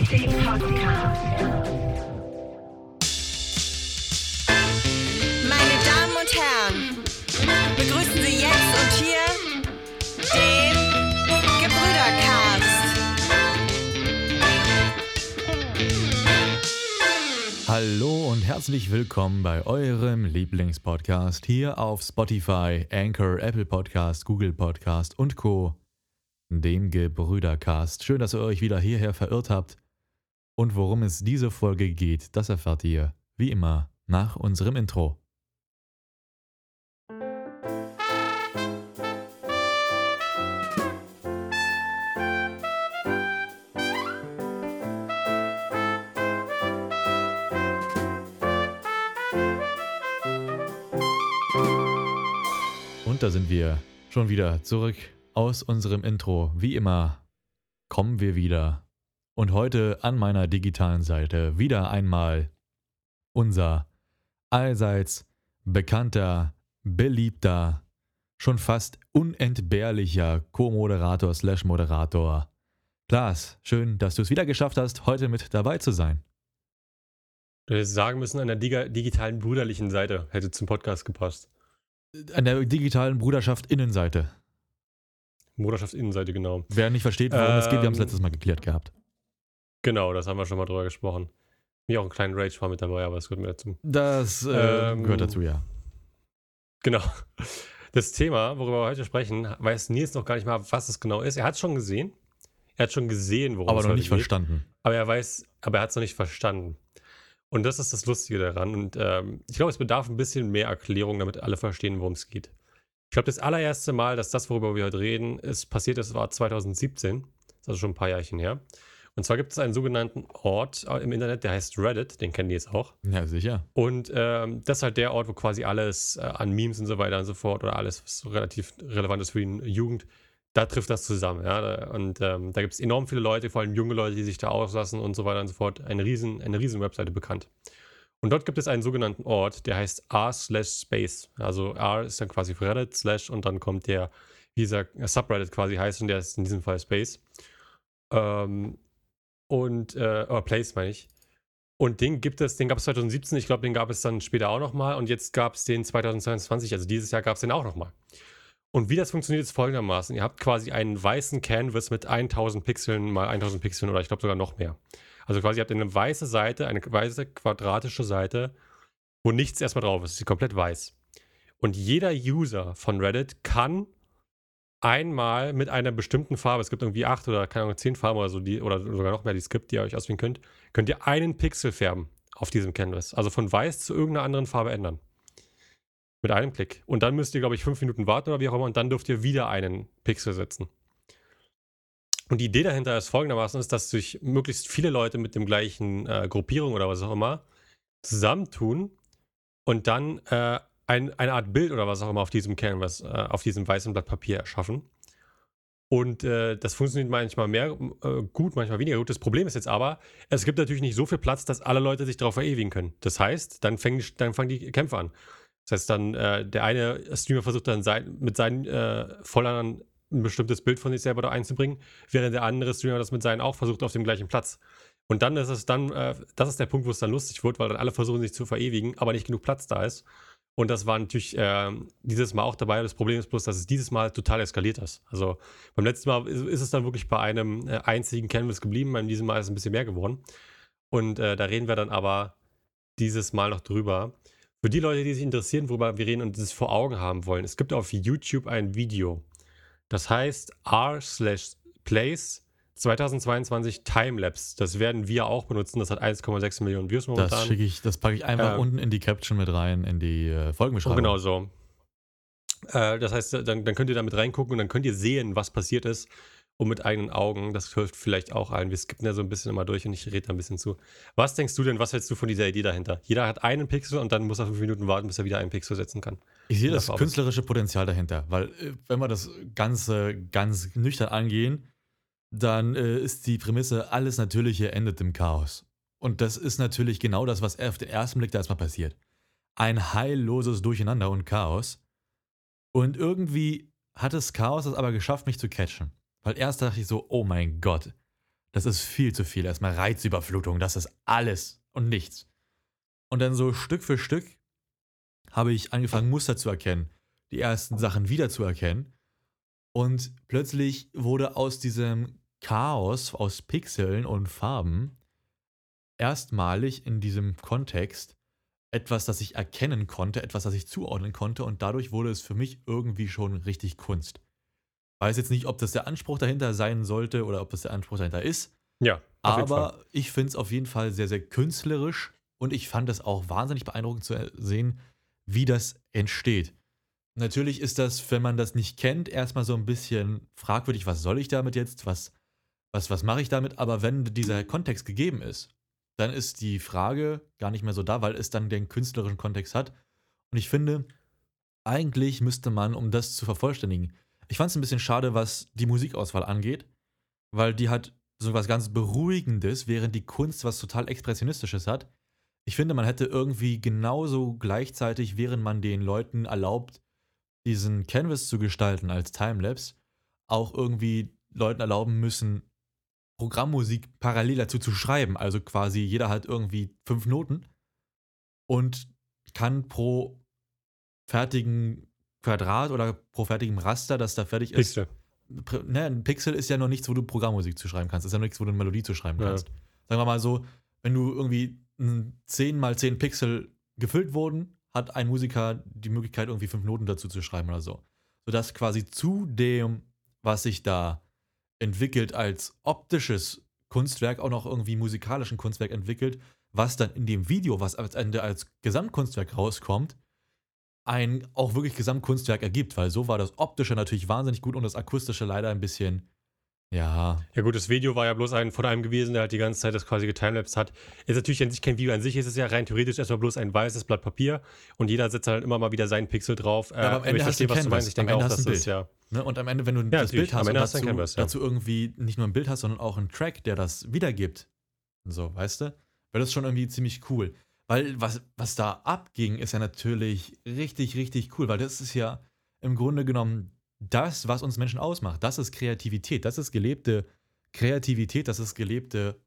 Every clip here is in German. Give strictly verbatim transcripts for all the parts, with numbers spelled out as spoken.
den Podcast. Meine Damen und Herren, begrüßen Sie jetzt und hier den Gebrüdercast. Hallo und herzlich willkommen bei eurem Lieblingspodcast hier auf Spotify, Anchor, Apple Podcast, Google Podcast und Co., dem Gebrüdercast. Schön, dass ihr euch wieder hierher verirrt habt. Und worum es diese Folge geht, das erfahrt ihr, wie immer, nach unserem Intro. Und da sind wir schon wieder zurück aus unserem Intro. Wie immer kommen wir wieder. Und heute an meiner digitalen Seite wieder einmal unser allseits bekannter, beliebter, schon fast unentbehrlicher Co-Moderator slash Moderator. Klaas, schön, dass du es wieder geschafft hast, heute mit dabei zu sein. Du hättest sagen müssen, an der dig- digitalen brüderlichen Seite hätte zum Podcast gepasst. An der digitalen Bruderschaft Innenseite. Bruderschaft Innenseite, genau. Wer nicht versteht, worum es geht, wir haben es Ähm, letztes Mal geklärt gehabt. Genau, das haben wir schon mal drüber gesprochen. Mir auch einen kleinen Rage war mit dabei, aber es gehört mir dazu. Das äh, Ähm, gehört dazu, ja. Genau. Das Thema, worüber wir heute sprechen, weiß Nils noch gar nicht mal, was es genau ist. Er hat es schon gesehen. Er hat schon gesehen, worum Aber es noch heute nicht geht. verstanden. Aber er weiß, aber er hat es noch nicht verstanden. Und das ist das Lustige daran. Und ähm, ich glaube, es bedarf ein bisschen mehr Erklärung, damit alle verstehen, worum es geht. Ich glaube, das allererste Mal, dass das, worüber wir heute reden, ist passiert ist, war zwanzig siebzehn. Das ist also schon ein paar Jahrchen her. Und zwar gibt es einen sogenannten Ort im Internet, der heißt Reddit. Den kennen die jetzt auch. Ja, sicher. Und ähm, das ist halt der Ort, wo quasi alles äh, an Memes und so weiter und so fort oder alles, was so relativ relevant ist für die Jugend, da trifft das zusammen. Ja? Da- Und ähm, da gibt es enorm viele Leute, vor allem junge Leute, die sich da auslassen und so weiter und so fort. Eine riesen, eine riesen Webseite bekannt. Und dort gibt es einen sogenannten Ort, der heißt r slash space. Also r ist dann quasi für Reddit, slash und dann kommt der, wie gesagt, Subreddit quasi heißt und der ist in diesem Fall Space. Ähm, und, äh, oder Place meine ich. Und den gibt es, den gab es zwanzig siebzehn, ich glaube, den gab es dann später auch nochmal und jetzt gab es den zwanzig zweiundzwanzig, also dieses Jahr gab es den auch nochmal. Und wie das funktioniert, ist folgendermaßen. Ihr habt quasi einen weißen Canvas mit tausend Pixeln mal tausend Pixeln oder ich glaube sogar noch mehr. Also quasi ihr habt eine weiße Seite, eine weiße quadratische Seite, wo nichts erstmal drauf ist. Sie ist komplett weiß. Und jeder User von Reddit kann einmal mit einer bestimmten Farbe, es gibt irgendwie acht oder keine Ahnung, zehn Farben oder so, die, oder sogar noch mehr, die es gibt, die ihr euch auswählen könnt, könnt ihr einen Pixel färben auf diesem Canvas. Also von weiß zu irgendeiner anderen Farbe ändern. Mit einem Klick. Und dann müsst ihr, glaube ich, fünf Minuten warten oder wie auch immer und dann dürft ihr wieder einen Pixel setzen. Und die Idee dahinter ist folgendermaßen, ist, dass sich möglichst viele Leute mit dem gleichen äh, Gruppierung oder was auch immer zusammentun und dann äh, ein, eine Art Bild oder was auch immer auf diesem Canvas, äh, auf diesem weißen Blatt Papier erschaffen. Und äh, das funktioniert manchmal mehr äh, gut, manchmal weniger gut. Das Problem ist jetzt aber, es gibt natürlich nicht so viel Platz, dass alle Leute sich darauf verewigen können. Das heißt, dann, fäng, dann fangen die Kämpfe an. Das heißt dann, äh, der eine Streamer versucht dann sein, mit seinen äh, Followern ein bestimmtes Bild von sich selber da einzubringen, während der andere Streamer das mit seinen auch versucht auf dem gleichen Platz. Und dann ist es dann, äh, das ist der Punkt, wo es dann lustig wird, weil dann alle versuchen sich zu verewigen, aber nicht genug Platz da ist. Und das war natürlich äh, dieses Mal auch dabei. Das Problem ist bloß, dass es dieses Mal total eskaliert ist. Also beim letzten Mal ist, ist es dann wirklich bei einem äh, einzigen Canvas geblieben, beim diesem Mal ist es ein bisschen mehr geworden. Und äh, da reden wir dann aber dieses Mal noch drüber. Für die Leute, die sich interessieren, worüber wir reden und das vor Augen haben wollen, es gibt auf YouTube ein Video. Das heißt r slash place zweitausendzweiundzwanzig Timelapse. Das werden wir auch benutzen. Das hat eins Komma sechs Millionen Views momentan. Das schicke ich, das packe ich einfach Ähm, unten in die Caption mit rein, in die äh, Folgenbeschreibung. Genau so. Äh, das heißt, dann, dann könnt ihr damit reingucken und dann könnt ihr sehen, was passiert ist. Und mit eigenen Augen, das hilft vielleicht auch allen. Wir skippen ja so ein bisschen immer durch und ich rede da ein bisschen zu. Was denkst du denn, was hältst du von dieser Idee dahinter? Jeder hat einen Pixel und dann muss er fünf Minuten warten, bis er wieder einen Pixel setzen kann. Ich sehe In der das Farbe. künstlerische Potenzial dahinter, weil äh, wenn wir das Ganze ganz nüchtern angehen, dann äh, ist die Prämisse, alles Natürliche endet im Chaos. Und das ist natürlich genau das, was auf den ersten Blick da erstmal passiert. Ein heilloses Durcheinander und Chaos. Und irgendwie hat das Chaos es aber geschafft, mich zu catchen. Weil erst dachte ich so, oh mein Gott, das ist viel zu viel. Erstmal Reizüberflutung, das ist alles und nichts. Und dann so Stück für Stück habe ich angefangen, Muster zu erkennen, die ersten Sachen wiederzuerkennen. Und plötzlich wurde aus diesem Chaos, aus Pixeln und Farben, erstmalig in diesem Kontext etwas, das ich erkennen konnte, etwas, das ich zuordnen konnte. Und dadurch wurde es für mich irgendwie schon richtig Kunst. Weiß jetzt nicht, ob das der Anspruch dahinter sein sollte oder ob das der Anspruch dahinter ist. Ja, auf jeden Fall. Aber ich finde es auf jeden Fall sehr, sehr künstlerisch und ich fand es auch wahnsinnig beeindruckend zu sehen, wie das entsteht. Natürlich ist das, wenn man das nicht kennt, erstmal so ein bisschen fragwürdig, was soll ich damit jetzt, was, was, was mache ich damit, aber wenn dieser Kontext gegeben ist, dann ist die Frage gar nicht mehr so da, weil es dann den künstlerischen Kontext hat. Und ich finde, eigentlich müsste man, um das zu vervollständigen, ich fand es ein bisschen schade, was die Musikauswahl angeht, weil die hat so was ganz Beruhigendes, während die Kunst was total Expressionistisches hat. Ich finde, man hätte irgendwie genauso gleichzeitig, während man den Leuten erlaubt, diesen Canvas zu gestalten als Timelapse, auch irgendwie Leuten erlauben müssen, Programmmusik parallel dazu zu schreiben. Also quasi jeder hat irgendwie fünf Noten und kann pro fertigen Quadrat oder pro fertigem Raster, das da fertig ist. Pixel. Ne, ein Pixel ist ja noch nichts, wo du Programmmusik zu schreiben kannst. Das ist ja noch nichts, wo du eine Melodie zu schreiben Ja. kannst. Sagen wir mal so, wenn du irgendwie zehn mal zehn Pixel gefüllt wurden, hat ein Musiker die Möglichkeit, irgendwie fünf Noten dazu zu schreiben oder so. Sodass quasi zu dem, was sich da entwickelt als optisches Kunstwerk, auch noch irgendwie musikalischen Kunstwerk entwickelt, was dann in dem Video, was am Ende als Gesamtkunstwerk rauskommt, ein auch wirklich Gesamtkunstwerk ergibt, weil so war das Optische natürlich wahnsinnig gut und das Akustische leider ein bisschen, ja. Ja gut, das Video war ja bloß ein von einem gewesen, der halt die ganze Zeit das quasi getimelapsed hat. Ist natürlich an sich kein Video an sich, ist es ja rein theoretisch erstmal bloß ein weißes Blatt Papier und jeder setzt halt immer mal wieder seinen Pixel drauf. Ja, aber am Äh, Ende ich hast verstehe, du was du Canvas. meinst. Ich denke Am Ende auch, hast dass du ein das ja... Ne? Und am Ende, wenn du das natürlich. Bild hast Am und Ende hast du dazu, ein Canvas, ja. dazu irgendwie nicht nur ein Bild hast, sondern auch einen Track, der das wiedergibt, so, weißt du, wäre das schon irgendwie ziemlich cool. Weil was, was da abging, ist ja natürlich richtig, richtig cool, weil das ist ja im Grunde genommen das, was uns Menschen ausmacht. Das ist Kreativität, das ist gelebte Kreativität, das ist gelebte,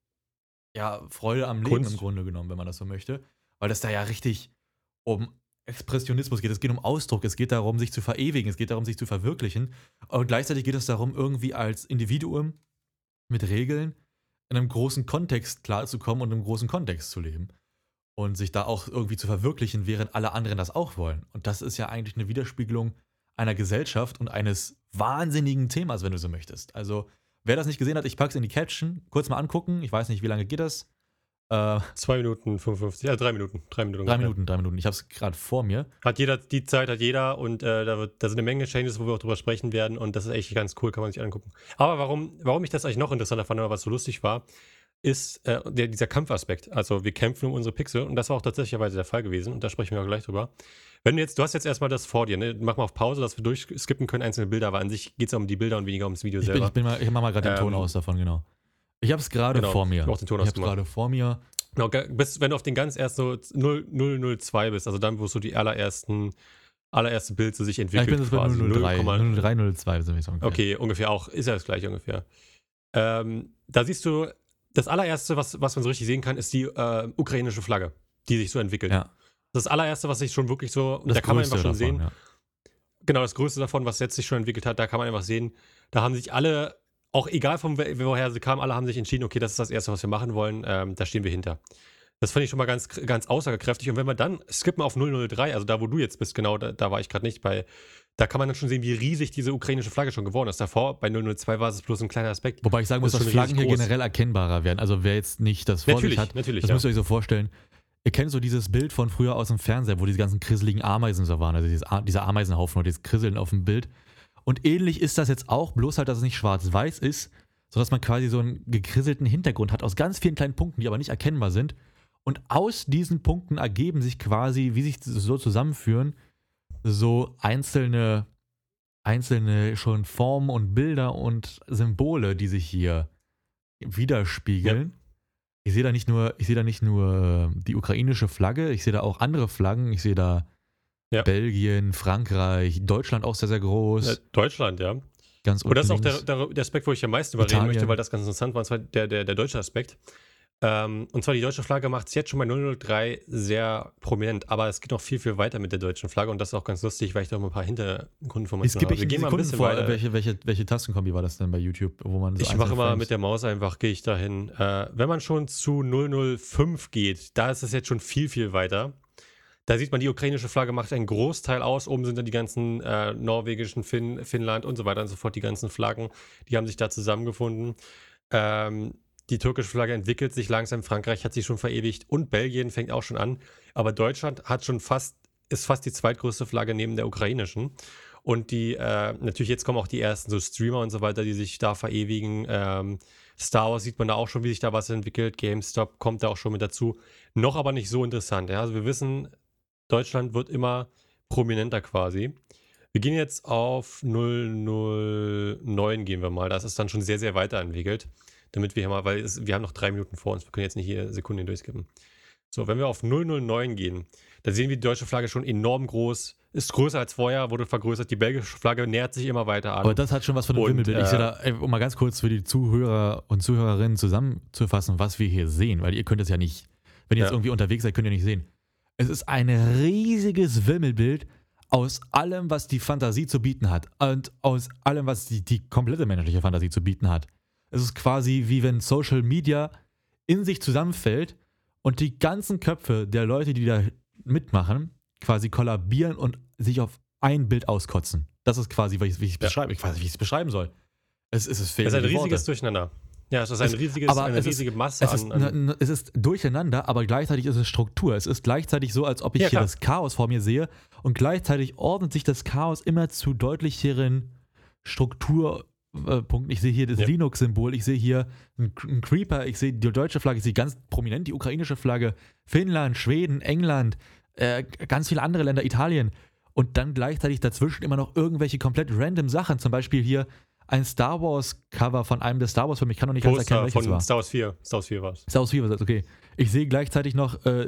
ja, Freude am Leben Kunst. im Grunde genommen, wenn man das so möchte. Weil das da ja richtig um Expressionismus geht, es geht um Ausdruck, es geht darum, sich zu verewigen, es geht darum, sich zu verwirklichen. Und gleichzeitig geht es darum, irgendwie als Individuum mit Regeln in einem großen Kontext klarzukommen und im großen Kontext zu leben. Und sich da auch irgendwie zu verwirklichen, während alle anderen das auch wollen. Und das ist ja eigentlich eine Widerspiegelung einer Gesellschaft und eines wahnsinnigen Themas, wenn du so möchtest. Also, wer das nicht gesehen hat, ich pack's in die Caption, kurz mal angucken. Ich weiß nicht, wie lange geht das? Äh, Zwei Minuten fünfundfünfzig, ja, drei Minuten. Drei Minuten. drei ungefähr. Minuten, drei Minuten. Ich hab's gerade vor mir. Hat jeder, die Zeit hat jeder und äh, da, wird, da sind eine Menge Changes, wo wir auch drüber sprechen werden und das ist echt ganz cool, kann man sich angucken. Aber warum, warum ich das eigentlich noch interessanter fand, was so lustig war, ist äh, der, dieser Kampfaspekt. Also wir kämpfen um unsere Pixel und das war auch tatsächlich der Fall gewesen und da sprechen wir auch gleich drüber. Wenn du jetzt, du hast jetzt erstmal das vor dir, ne? Mach mal auf Pause, dass wir durchskippen können, einzelne Bilder, aber an sich geht es ja um die Bilder und weniger ums Video Ich, bin, selber. ich, bin mal, ich mach mal gerade den Ton Ähm, aus davon, genau. Ich hab's gerade genau, vor mir. ich hab auch den Ton ich hab's ausgemacht. gerade vor mir. Genau, ge- bis, wenn du auf den ganz erst so null null null zwei bist, also dann, wo so die allerersten, allererste Bild so sich Ja, entwickelt. ich bin jetzt bei quasi. null null drei, null Komma- null null drei, null null zwei, so wie ich sagen. Okay, ungefähr auch. Ist ja das gleiche ungefähr. Ähm, da siehst du, das allererste, was, was man so richtig sehen kann, ist die äh, ukrainische Flagge, die sich so entwickelt. Ja. Das allererste, was sich schon wirklich so, und Das da kann man Größte einfach schon davon, sehen, ja. genau, das Größte davon, was jetzt sich schon entwickelt hat, da kann man einfach sehen, da haben sich alle, auch egal von we- woher sie kamen, alle haben sich entschieden, okay, das ist das Erste, was wir machen wollen, ähm, da stehen wir hinter. Das fand ich schon mal ganz, ganz aussagekräftig. Und wenn wir dann skippen auf null null drei, also da, wo du jetzt bist, genau, da, da war ich gerade nicht bei, da kann man dann schon sehen, wie riesig diese ukrainische Flagge schon geworden ist. Davor, bei null null zwei war es bloß ein kleiner Aspekt. Wobei ich sagen muss, Das ist dass schon Flaggen hier riesig groß. generell erkennbarer werden. Also wer jetzt nicht das vor Natürlich, sich hat, natürlich, das ja. müsst ihr euch so vorstellen. Ihr kennt so dieses Bild von früher aus dem Fernseher, wo diese ganzen krisseligen Ameisen so waren, also dieses, A- dieser Ameisenhaufen oder dieses Krisseln auf dem Bild. Und ähnlich ist das jetzt auch, bloß halt, dass es nicht schwarz-weiß ist, sodass man quasi so einen gekrisselten Hintergrund hat aus ganz vielen kleinen Punkten, die aber nicht erkennbar sind. Und aus diesen Punkten ergeben sich quasi, wie sich so zusammenführen, so einzelne, einzelne schon Formen und Bilder und Symbole, die sich hier widerspiegeln. Ich sehe da nicht nur, ich sehe da nicht nur die ukrainische Flagge, ich sehe da auch andere Flaggen. Ich sehe da, Ja. Belgien, Frankreich, Deutschland auch sehr, sehr groß. Äh, Deutschland, ja. ganz unten Und das ist auch der, links. der, der Aspekt, wo ich am meisten überreden Italien. möchte, weil das ganz interessant war, und zwar der, der, der deutsche Aspekt. Ähm, und zwar die deutsche Flagge macht es jetzt schon bei null null drei sehr prominent, aber es geht noch viel, viel weiter mit der deutschen Flagge und das ist auch ganz lustig, weil ich da noch ein paar Hintergrundinformationen Es gibt habe. ich Wir gehen mal ein Sekunden bisschen vor, weiter. welche, welche, welche Tastenkombi war das denn bei YouTube, wo man so Ich einzelne mache immer Frames- mit der Maus einfach, gehe ich dahin. Äh, wenn man schon zu null null fünf geht, da ist es jetzt schon viel, viel weiter. Da sieht man, die ukrainische Flagge macht einen Großteil aus. Oben sind dann die ganzen äh, norwegischen, Finn, Finnland und so weiter und so fort. Die ganzen Flaggen, die haben sich da zusammengefunden. Ähm, die türkische Flagge entwickelt sich langsam. Frankreich hat sich schon verewigt und Belgien fängt auch schon an. Aber Deutschland hat schon fast, ist fast die zweitgrößte Flagge neben der ukrainischen. Und die, äh, natürlich jetzt kommen auch die ersten so Streamer und so weiter, die sich da verewigen. Ähm, Star Wars sieht man da auch schon, wie sich da was entwickelt. GameStop kommt da auch schon mit dazu. Noch aber nicht so interessant. Ja? Also wir wissen, Deutschland wird immer prominenter quasi. Wir gehen jetzt auf null null neun gehen wir mal. Das ist dann schon sehr, sehr weiterentwickelt. Damit wir hier mal, weil es, wir haben noch drei Minuten vor uns. Wir können jetzt nicht jede Sekunde durchskippen. So, wenn wir auf null null neun gehen, da sehen wir die deutsche Flagge schon enorm groß. Ist größer als vorher, wurde vergrößert. Die belgische Flagge nähert sich immer weiter an. Aber das hat schon was von einem Und, Wimmelbild. Ich äh, sehe da, ey, um mal ganz kurz für die Zuhörer und Zuhörerinnen zusammenzufassen, was wir hier sehen, weil ihr könnt es ja nicht, wenn ihr jetzt Ja. irgendwie unterwegs seid, könnt ihr nicht sehen. Es ist ein riesiges Wimmelbild aus allem, was die Fantasie zu bieten hat und aus allem, was die, die komplette menschliche Fantasie zu bieten hat. Es ist quasi wie wenn Social Media in sich zusammenfällt und die ganzen Köpfe der Leute, die da mitmachen, quasi kollabieren und sich auf ein Bild auskotzen. Das ist quasi, wie ich es Ja. beschreibe. Ich weiß nicht, wie ich es beschreiben soll. Es, es ist fehlen Es ist ein mir die riesiges Worte. Durcheinander. Ja, es ist ein Es- riesiges, aber eine es ist- riesige Masse Es ist, an, an n- n- es ist durcheinander, aber gleichzeitig ist es Struktur. Es ist gleichzeitig so, als ob ich Ja, hier klar. das Chaos vor mir sehe und gleichzeitig ordnet sich das Chaos immer zu deutlicheren Strukturpunkten. Ich sehe hier das Ja. Linux-Symbol, ich sehe hier einen einen Creeper, ich sehe die deutsche Flagge, ich sehe ganz prominent die ukrainische Flagge, Finnland, Schweden, England, äh, ganz viele andere Länder, Italien. Und dann gleichzeitig dazwischen immer noch irgendwelche komplett random Sachen. Zum Beispiel hier ein Star Wars-Cover von einem der Star Wars-Filme. Ich kann noch nicht ganz erkennen, Poster welches von war. Star Wars vier. Star Wars vier war es. Star Wars vier war das, okay. Ich sehe gleichzeitig noch äh,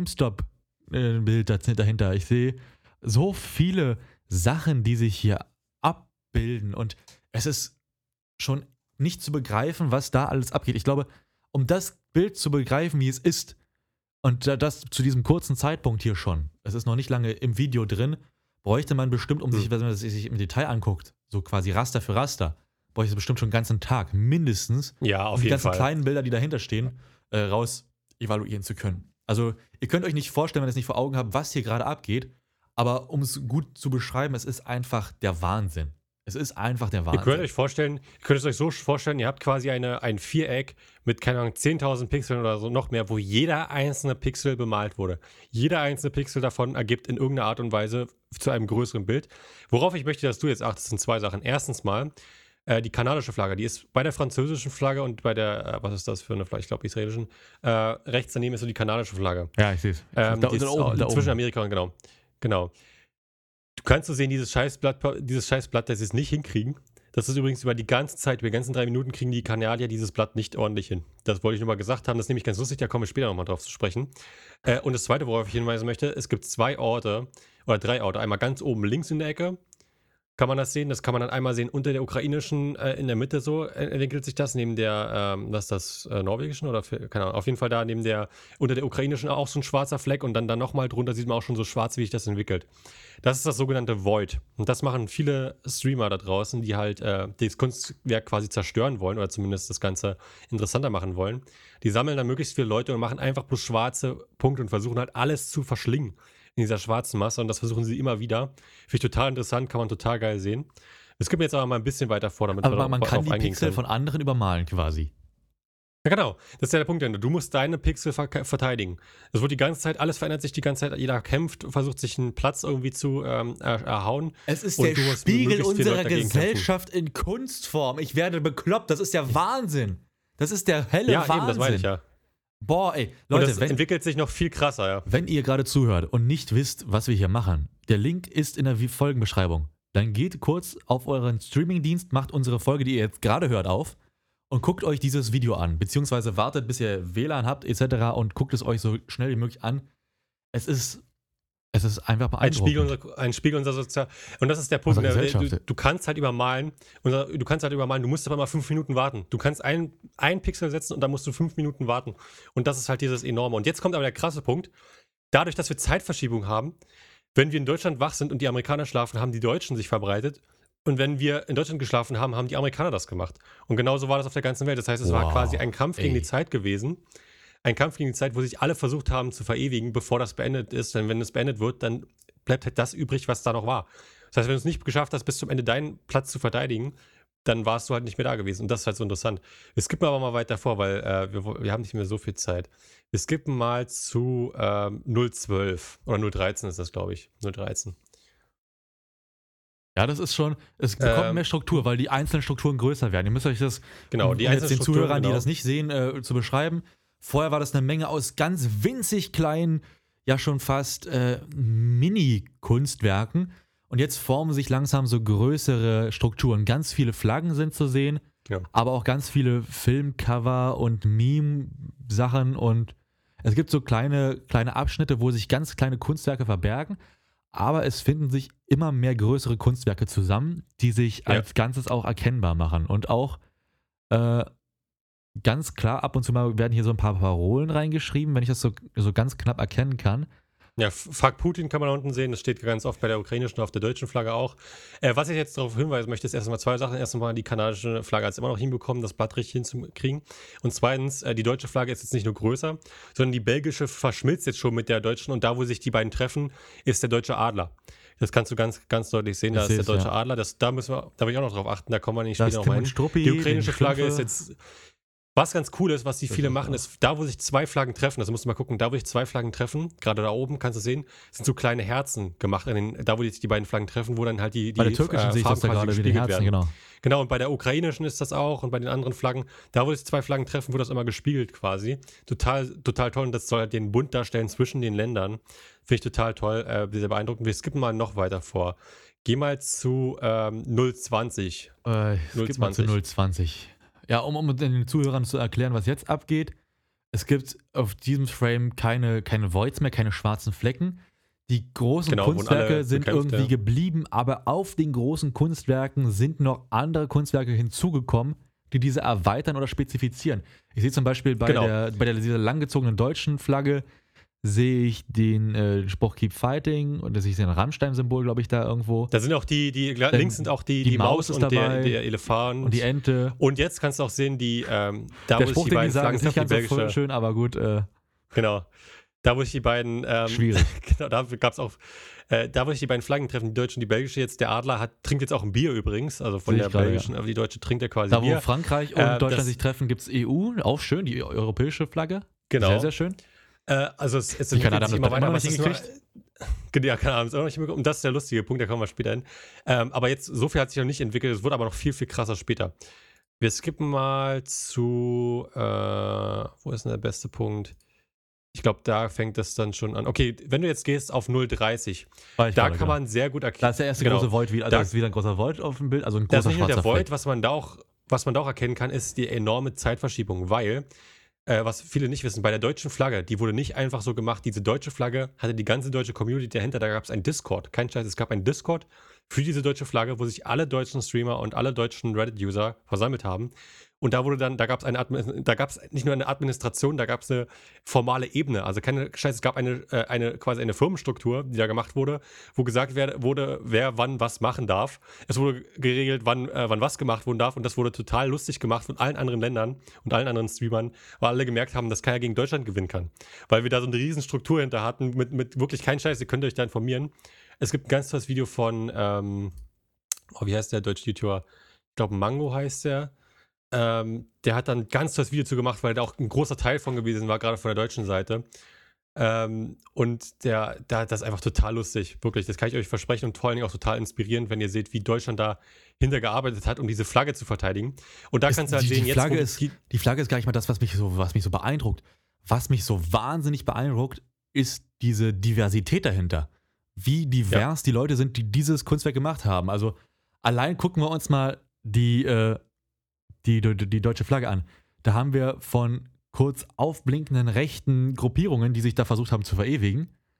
GameStop-Bild dahinter. Ich sehe so viele Sachen, die sich hier abbilden. Und es ist schon nicht zu begreifen, was da alles abgeht. Ich glaube, um das Bild zu begreifen, wie es ist, und da- das zu diesem kurzen Zeitpunkt hier schon, es ist noch nicht lange im Video drin, bräuchte man bestimmt, um sich, Hm. wenn man das sich im Detail anguckt, so quasi Raster für Raster, bräuchte es bestimmt schon einen ganzen Tag, mindestens, Ja, um auf die jeden ganzen Fall. kleinen Bilder, die dahinter stehen, äh, raus evaluieren zu können. Also, ihr könnt euch nicht vorstellen, wenn ihr es nicht vor Augen habt, was hier gerade abgeht, aber um es gut zu beschreiben, es ist einfach der Wahnsinn. Es ist einfach der Ihr Wahnsinn. könnt euch vorstellen, ihr könnt es euch so vorstellen, ihr habt quasi eine, ein Viereck mit, keine Ahnung, zehntausend Pixeln oder so noch mehr, wo jeder einzelne Pixel bemalt wurde. Jeder einzelne Pixel davon ergibt in irgendeiner Art und Weise zu einem größeren Bild. Worauf ich möchte, dass du jetzt achtest, sind zwei Sachen. Erstens mal, äh, die kanadische Flagge, die ist bei der französischen Flagge und bei der, äh, was ist das für eine Flagge, ich glaube israelischen, äh, rechts daneben ist so die kanadische Flagge. Ja, ich sehe es. Ähm, da, die da ist oben, da zwischen oben. Amerika und genau. Genau. Du kannst so sehen, dieses Scheißblatt, dieses Scheißblatt, das sie es nicht hinkriegen. Das ist übrigens über die ganze Zeit, über die ganzen drei Minuten kriegen die Kanadier dieses Blatt nicht ordentlich hin. Das wollte ich nur mal gesagt haben. Das ist nämlich ganz lustig, da kommen wir später nochmal drauf zu sprechen. Äh, und das zweite, worauf ich hinweisen möchte, es gibt zwei Orte oder drei Orte. Einmal ganz oben links in der Ecke kann man das sehen. Das kann man dann einmal sehen unter der ukrainischen, äh, in der Mitte so äh, entwickelt sich das, neben der, ähm, was ist das, äh, norwegischen oder, für, keine Ahnung, auf jeden Fall da neben der, unter der ukrainischen auch so ein schwarzer Fleck und dann, dann nochmal drunter sieht man auch schon so schwarz, wie sich das entwickelt. Das ist das sogenannte Void. Und das machen viele Streamer da draußen, die halt äh, das Kunstwerk quasi zerstören wollen oder zumindest das Ganze interessanter machen wollen. Die sammeln dann möglichst viele Leute und machen einfach bloß schwarze Punkte und versuchen halt alles zu verschlingen in dieser schwarzen Masse und das versuchen sie immer wieder. Finde ich total interessant, kann man total geil sehen. Es gibt mir jetzt aber mal ein bisschen weiter vor, damit Aber wir man darauf kann die eingehen Pixel können. von anderen übermalen quasi. Ja, genau. Das ist ja der Punkt, Ende. Du musst deine Pixel ver verteidigen. Es wird die ganze Zeit, alles verändert sich die ganze Zeit. Jeder kämpft, versucht sich einen Platz irgendwie zu ähm, er erhauen. Es ist Und der du musst Spiegel möglichst viele unserer Leute dagegen Gesellschaft in Kunstform. Ich werde bekloppt. Das ist der Wahnsinn. Das ist der helle Ja, Wahnsinn. eben, das meine ich ja. Boah, ey. Und Leute, das wenn, entwickelt sich noch viel krasser, ja. wenn ihr gerade zuhört und nicht wisst, was wir hier machen, der Link ist in der Vi- Folgenbeschreibung. Dann geht kurz auf euren Streamingdienst, macht unsere Folge, die ihr jetzt gerade hört, auf und guckt euch dieses Video an. Beziehungsweise wartet, bis ihr W L A N habt et cetera und guckt es euch so schnell wie möglich an. Es ist Es ist einfach Ein Spiegel, beeindruckend. unserer, ein Spiegel unserer Sozial... Und das ist der Punkt, Unserer ne? Gesellschaft. du, du kannst halt übermalen, unser, du kannst halt übermalen, du musst aber mal fünf Minuten warten. Du kannst ein, ein Pixel setzen und dann musst du fünf Minuten warten. Und das ist halt dieses Enorme. Und jetzt kommt aber der krasse Punkt. Dadurch, dass wir Zeitverschiebung haben, wenn wir in Deutschland wach sind und die Amerikaner schlafen, haben die Deutschen sich verbreitet. Und wenn wir in Deutschland geschlafen haben, haben die Amerikaner das gemacht. Und genauso war das auf der ganzen Welt. Das heißt, es war Wow, quasi ein Kampf gegen ey. die Zeit gewesen. Ein Kampf gegen die Zeit, wo sich alle versucht haben zu verewigen, bevor das beendet ist. Denn wenn es beendet wird, dann bleibt halt das übrig, was da noch war. Das heißt, wenn du es nicht geschafft hast, bis zum Ende deinen Platz zu verteidigen, dann warst du halt nicht mehr da gewesen. Und das ist halt so interessant. Wir skippen aber mal weiter vor, weil äh, wir, wir haben nicht mehr so viel Zeit. Wir skippen mal zu ähm, null zwölf oder null dreizehn ist das, glaube ich. null dreizehn. Ja, das ist schon, es bekommt Ähm, mehr Struktur, weil die einzelnen Strukturen größer werden. Ihr müsst euch das, Genau, um die jetzt den einzelnen Strukturen, Zuhörern, die genau. das nicht sehen, äh, zu beschreiben. Vorher war das eine Menge aus ganz winzig kleinen, ja schon fast äh, Mini-Kunstwerken. Und jetzt formen sich langsam so größere Strukturen. Ganz viele Flaggen sind zu sehen, Ja. aber auch ganz viele Filmcover und Meme-Sachen. Und es gibt so kleine, kleine Abschnitte, wo sich ganz kleine Kunstwerke verbergen. Aber es finden sich immer mehr größere Kunstwerke zusammen, die sich Ja. als Ganzes auch erkennbar machen. Und auch äh, ganz klar, ab und zu mal werden hier so ein paar Parolen reingeschrieben, wenn ich das so, so ganz knapp erkennen kann. Ja, Fuck Putin kann man da unten sehen. Das steht ganz oft bei der ukrainischen und auf der deutschen Flagge auch. Äh, was ich jetzt darauf hinweisen möchte, ist erstmal zwei Sachen. Erstmal, die kanadische Flagge hat es immer noch hinbekommen, das Blatt richtig hinzukriegen. Und zweitens, äh, die deutsche Flagge ist jetzt nicht nur größer, sondern die belgische verschmilzt jetzt schon mit der deutschen. Und da, wo sich die beiden treffen, ist der deutsche Adler. Das kannst du ganz, ganz deutlich sehen. Da Ich ist der seh's, deutsche ja. Adler. Das, da müssen wir, da will ich auch noch drauf achten. Da kommen wir nicht Da später ist noch Tim rein. und Struppi, Die ukrainische den Flagge ist Schlümpfe. jetzt. Was ganz cool ist, was die Das viele ist machen, auch- ist, da wo sich zwei Flaggen treffen, das musst du mal gucken, da wo sich zwei Flaggen treffen, gerade da oben, kannst du sehen, sind so kleine Herzen gemacht, in den, da wo sich die beiden Flaggen treffen, wo dann halt die, die Bei der türkischen äh, sehe ich das Farben da quasi gerade wie die gespiegelt Herzen, werden. genau. Genau, und bei der ukrainischen ist das auch und bei den anderen Flaggen, da wo sich zwei Flaggen treffen, wird das immer gespiegelt quasi. Total, total toll und das soll halt den Bund darstellen zwischen den Ländern. Finde ich total toll, äh, sehr beeindruckend. Wir skippen mal noch weiter vor. Geh mal zu ähm, null zwanzig. Äh, es gibt mal zu null zwanzig. null zwanzig. Ja, um, um den Zuhörern zu erklären, was jetzt abgeht. Es gibt auf diesem Frame keine, keine Voids mehr, keine schwarzen Flecken. Die großen Genau, wurden Kunstwerke alle sind bekämpft, irgendwie ja. geblieben, aber auf den großen Kunstwerken sind noch andere Kunstwerke hinzugekommen, die diese erweitern oder spezifizieren. Ich sehe zum Beispiel bei, Genau. der, bei der, dieser langgezogenen deutschen Flagge, sehe ich den äh, Spruch Keep Fighting und das ist ein Rammstein-Symbol, glaube ich, da irgendwo. Da sind auch die, die links sind auch die, die die, Maus Maus, ist und der, dabei der Elefant. Und die Ente. Und jetzt kannst du auch sehen, die, ähm, da Der wo Spruch, sich die den die beiden sagen, Flaggen ist nicht treffen, ganz die so belgische, schön, aber gut, äh, genau. Da wo sich die beiden, ähm, schwierig. genau, da gab es auch, äh, da wo sich die beiden Flaggen treffen, die deutsche und die belgische jetzt, der Adler hat, trinkt jetzt auch ein Bier übrigens, also von Sehe der ich gerade, belgischen, aber die deutsche trinkt er quasi Da, wo Bier. Frankreich und Äh, Deutschland das- sich treffen, gibt es E U, auch schön, die europäische Flagge. Genau. Sehr, sehr schön. Äh, also es, es Die Kanadier entwickelt sich haben immer das weiter, immer noch aber es nicht ist nur, ja, keine Ahnung, ist auch noch nicht hinbekommen. Und das ist der lustige Punkt, da kommen wir später hin. Ähm, aber jetzt, so viel hat sich noch nicht entwickelt, es wurde aber noch viel, viel krasser später. Wir skippen mal zu, äh, wo ist denn der beste Punkt? Ich glaube, da fängt das dann schon an. Okay, wenn du jetzt gehst auf null dreißig, War ich da gerade, kann genau. man sehr gut Da erkennen. ist der erste genau. große Void wieder, also Da- da ist wieder ein großer Void auf dem Bild, also ein Das ist großer nicht nur der schwarzer Void, Fleck. was man da auch, was man da auch erkennen kann, ist die enorme Zeitverschiebung, weil, äh, was viele nicht wissen, bei der deutschen Flagge, die wurde nicht einfach so gemacht, diese deutsche Flagge hatte die ganze deutsche Community dahinter, da gab es ein Discord, kein Scheiß, es gab ein Discord für diese deutsche Flagge, wo sich alle deutschen Streamer und alle deutschen Reddit-User versammelt haben. Und da wurde dann, da gab es eine Admin, da gab es nicht nur eine Administration, da gab es eine formale Ebene. Also keine Scheiße, es gab eine, äh, eine quasi eine Firmenstruktur, die da gemacht wurde, wo gesagt wer, wurde, wer wann was machen darf. Es wurde geregelt, wann, äh, wann was gemacht werden darf und das wurde total lustig gemacht von allen anderen Ländern und allen anderen Streamern, weil alle gemerkt haben, dass keiner gegen Deutschland gewinnen kann. Weil wir da so eine riesen Struktur hinter hatten, mit, mit wirklich kein Scheiß, ihr könnt euch da informieren. Es gibt ein ganz tolles Video von, ähm, oh, wie heißt der deutsche YouTuber? Ich glaube, Mango heißt der. Ähm, der hat dann ein ganz tolles Video zu gemacht, weil da auch ein großer Teil von gewesen war, gerade von der deutschen Seite. Ähm, und der, der, das ist einfach total lustig, wirklich. Das kann ich euch versprechen und vor allen Dingen auch total inspirierend, wenn ihr seht, wie Deutschland da hintergearbeitet hat, um diese Flagge zu verteidigen. Und da Ist- kannst du halt die, sehen, die jetzt. Flagge wo ist, die, die Flagge ist gar nicht mal das, was mich so, was mich so beeindruckt. Was mich so wahnsinnig beeindruckt, ist diese Diversität dahinter. Wie divers die Leute sind, die dieses Kunstwerk gemacht haben. Also allein gucken wir uns mal die, äh, die, die, die deutsche Flagge an. Da haben wir von kurz aufblinkenden rechten Gruppierungen, die sich da versucht haben zu verewigen,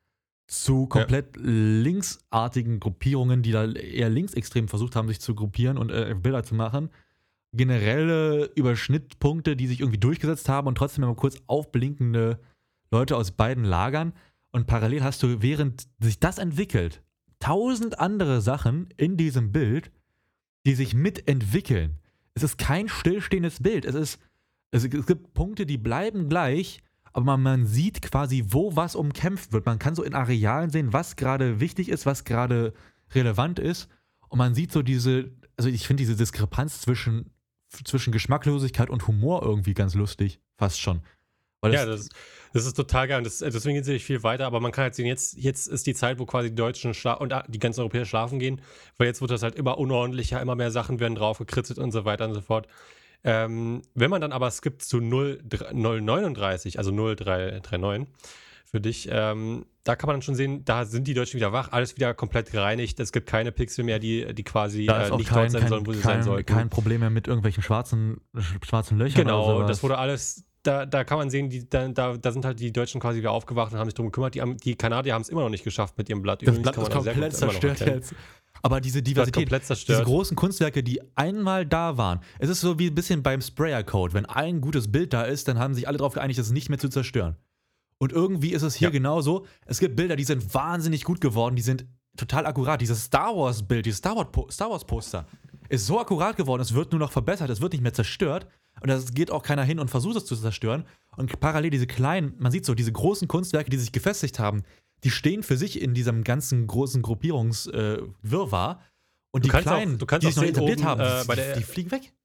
zu komplett linksartigen Gruppierungen, die da eher linksextrem versucht haben, sich zu gruppieren und äh, Bilder zu machen. Generelle Überschnittpunkte, die sich irgendwie durchgesetzt haben und trotzdem immer kurz aufblinkende Leute aus beiden Lagern. Und parallel hast du, während sich das entwickelt, tausend andere Sachen in diesem Bild, die sich mitentwickeln. Es ist kein stillstehendes Bild. Es ist, es, es gibt Punkte, die bleiben gleich, aber man, man sieht quasi, wo was umkämpft wird. Man kann so in Arealen sehen, was gerade wichtig ist, was gerade relevant ist. Und man sieht so diese, also ich finde diese Diskrepanz zwischen, zwischen Geschmacklosigkeit und Humor irgendwie ganz lustig, fast schon. Weil das, ja, das, das ist total geil. Und das, deswegen geht es nicht viel weiter, aber man kann halt sehen, jetzt, jetzt ist die Zeit, wo quasi die Deutschen schla- und die ganzen Europäer schlafen gehen, weil jetzt wird das halt immer unordentlicher, immer mehr Sachen werden drauf gekritzelt und so weiter und so fort. Ähm, wenn man dann aber skippt zu null neununddreißig, also null drei neun für dich, ähm, da kann man dann schon sehen, da sind die Deutschen wieder wach, alles wieder komplett gereinigt, es gibt keine Pixel mehr, die, die quasi da ist äh, auch nicht kein, dort sein kein, sollen, wo sie kein, sein sollten. kein Problem mehr mit irgendwelchen schwarzen, schwarzen Löchern oder Genau, sowas. das wurde alles, da, da kann man sehen, die, da, da, da sind halt die Deutschen quasi wieder aufgewacht und haben sich darum gekümmert. Die, haben, die Kanadier haben es immer noch nicht geschafft mit ihrem Blatt. Das Übrigens Blatt kann ist man auch sehr komplett gut immer noch zerstört erkennen. jetzt. Aber diese Das Blatt Diversität, komplett diese zerstört. großen Kunstwerke, die einmal da waren, es ist so wie ein bisschen beim Sprayer-Code. Wenn ein gutes Bild da ist, dann haben sich alle darauf geeinigt, es nicht mehr zu zerstören. Und irgendwie ist es hier Ja. genauso. Es gibt Bilder, die sind wahnsinnig gut geworden, die sind total akkurat. Dieses Star Wars-Bild, dieses Star Wars- Star Wars-Poster ist so akkurat geworden, es wird nur noch verbessert, es wird nicht mehr zerstört. Und da geht auch keiner hin und versucht es zu zerstören. Und parallel diese kleinen, man sieht so, diese großen Kunstwerke, die sich gefestigt haben, die stehen für sich in diesem ganzen großen Gruppierungswirrwarr. Äh, und Du die kannst auch- kleinen, du kannst die auch sich noch sehen etabliert oben, haben, äh, die, bei der- die fliegen weg.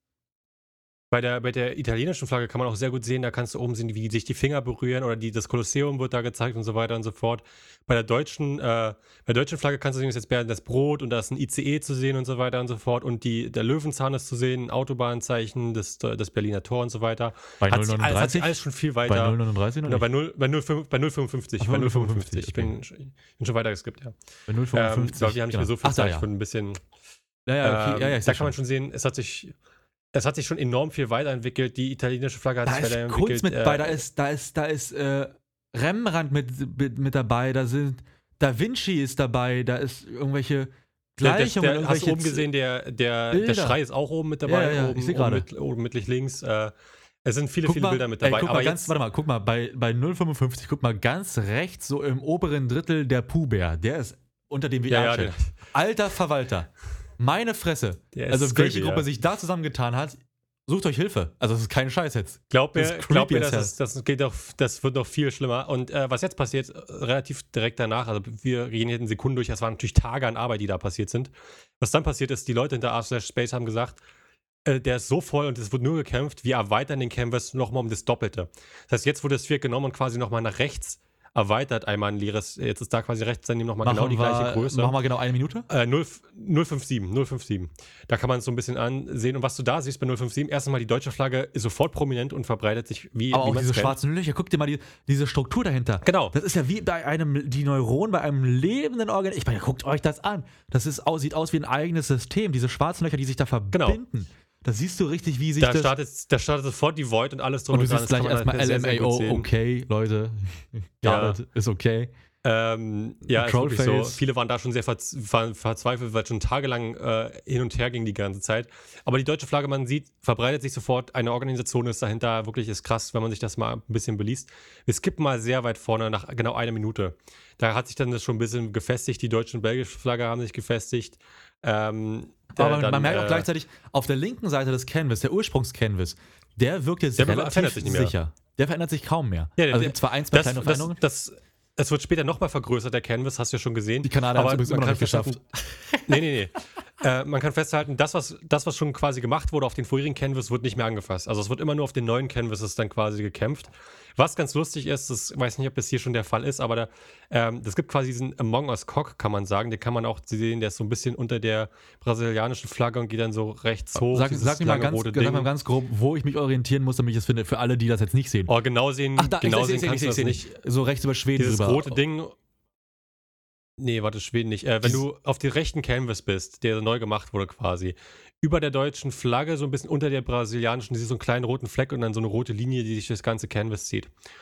Bei der, bei der italienischen Flagge kann man auch sehr gut sehen, da kannst du oben sehen, wie sich die Finger berühren oder die, das Kolosseum wird da gezeigt und so weiter und so fort. Bei der deutschen, äh, bei der deutschen Flagge kannst du sehen, ist jetzt das Brot und da ist ein I C E zu sehen und so weiter und so fort und die, der Löwenzahn ist zu sehen, ein Autobahnzeichen, das, das Berliner Tor und so weiter. Bei Hat sich, null alles, hat sich neununddreißig? alles schon viel Bei weiter. null neununddreißig noch Oder nicht? bei null, bei null, bei null fünfundfünfzig. Ach, Bei null null fünfundfünfzig. fünfundfünfzig, Ich bin, ich bin schon weiter geskippt, ja. Bei null Ähm, fünfundfünfzig. aber wir haben nicht mehr so viel Ach, da, Zeit ja. für ein bisschen. Ja, ja, okay. Ähm, ja, ja, ich da seh kann man schon. schon sehen, es hat sich, es hat sich schon enorm viel weiterentwickelt. Die italienische Flagge hat Da sich ist weiterentwickelt. Kunst mit äh, bei, da ist, da ist, da ist äh, Rembrandt mit, mit, mit dabei, da sind Da Vinci ist dabei, da ist irgendwelche Der, Gleichungen, der, der, hast du irgendwelche oben gesehen, der, der, der Bilder. Schrei ist auch oben mit dabei, Ja, ja, ja, oben, ich seh oben, gerade. mit, oben mittig links. Äh, es sind viele, Guck viele mal, Bilder mit ey, dabei. guck aber mal ganz, jetzt, warte mal, guck mal, bei, bei null fünfundfünfzig, guck mal ganz rechts, so im oberen Drittel der Puh-Bär, der ist unter dem ja, ja, V R-Chat. der, Alter Verwalter, meine Fresse. der ist Also creepy, welche Gruppe ja. sich da zusammengetan hat, sucht euch Hilfe. Also das ist kein Scheiß jetzt. Glaub Das mir, ist glaub mir creepy das, as ist, das, geht doch, das wird noch viel schlimmer. Und äh, was jetzt passiert, äh, relativ direkt danach, also wir gehen hier in Sekunden durch, das waren natürlich Tage an Arbeit, die da passiert sind. Was dann passiert ist, die Leute hinter r slash space haben gesagt, äh, der ist so voll und es wird nur gekämpft, wir erweitern den Canvas nochmal um das Doppelte. Das heißt, jetzt wurde das Viereck genommen und quasi nochmal nach rechts erweitert, einmal ein leeres, jetzt ist da quasi rechts daneben nochmal genau die gleiche Größe. Machen wir genau eine Minute? Äh, null fünf sieben, null fünf sieben. Da kann man es so ein bisschen ansehen. Und was du da siehst bei null fünf sieben, erstens mal die deutsche Flagge ist sofort prominent und verbreitet sich wie, Aber wie auch man's diese kennt. schwarzen Löcher, guck dir mal die, diese Struktur dahinter. Genau. Das ist ja wie bei einem, die Neuronen bei einem lebenden Organ. Ich meine, guckt euch das an. Das ist, aus- sieht aus wie ein eigenes System. Diese schwarzen Löcher, die sich da verbinden. Da siehst du richtig, wie sich Da das... startet, da startet sofort die Void und alles drum und du dran. siehst Das gleich kann man erstmal halt sehr, sehr gut L M A O, sehen. okay, Leute. Ja. Got it, ist okay. Ähm, ja, ist wirklich so. Trollface. Viele waren da schon sehr verz ver verzweifelt, weil es schon tagelang äh, hin und her ging die ganze Zeit. Aber die deutsche Flagge, man sieht, verbreitet sich sofort. Eine Organisation ist dahinter. Wirklich ist krass, wenn man sich das mal ein bisschen beliest. Wir skippen mal sehr weit vorne, nach genau einer Minute. Da hat sich dann das schon ein bisschen gefestigt. Die deutsche und belgische Flagge haben sich gefestigt. Ähm, der, Aber man, dann, man merkt auch äh, gleichzeitig, auf der linken Seite des Canvas, der Ursprungscanvas, der wirkt jetzt Der relativ verändert sich nicht mehr. sicher. Der verändert sich kaum mehr. Ja, also der- es gibt zwar ein, zwei das, kleine das, Veränderungen. das, es wird später nochmal vergrößert, der Canvas, hast du ja schon gesehen. Die Kanadier haben es übrigens man immer noch kann nicht geschafft. festhalten- Nee, nee, nee. äh, man kann festhalten, das was, das, was schon quasi gemacht wurde auf den vorherigen Canvas, wird nicht mehr angefasst. Also es wird immer nur auf den neuen Canvases dann quasi gekämpft. Was ganz lustig ist, das weiß nicht, ob das hier schon der Fall ist, aber da, ähm, das gibt quasi diesen Among Us Cock, kann man sagen. Den kann man auch sehen, der ist so ein bisschen unter der brasilianischen Flagge und geht dann so rechts hoch. Sag, dieses sag, mir mal lange ganz, rote sag Ding. mal ganz grob, wo ich mich orientieren muss, damit ich es finde, für alle, die das jetzt nicht sehen. Oh, genau sehen, Ach, da, genau ich, sehen ich, ich, kannst ich, du ich, das ich, nicht. So rechts über Schweden Dieses drüber. rote Ding. Nee, warte, Schweden nicht. Äh, wenn Dies- du auf dem rechten Canvas bist, der neu gemacht wurde quasi, über der deutschen Flagge, so ein bisschen unter der brasilianischen, siehst du so einen kleinen roten Fleck und dann so eine rote Linie, die sich das ganze Canvas zieht.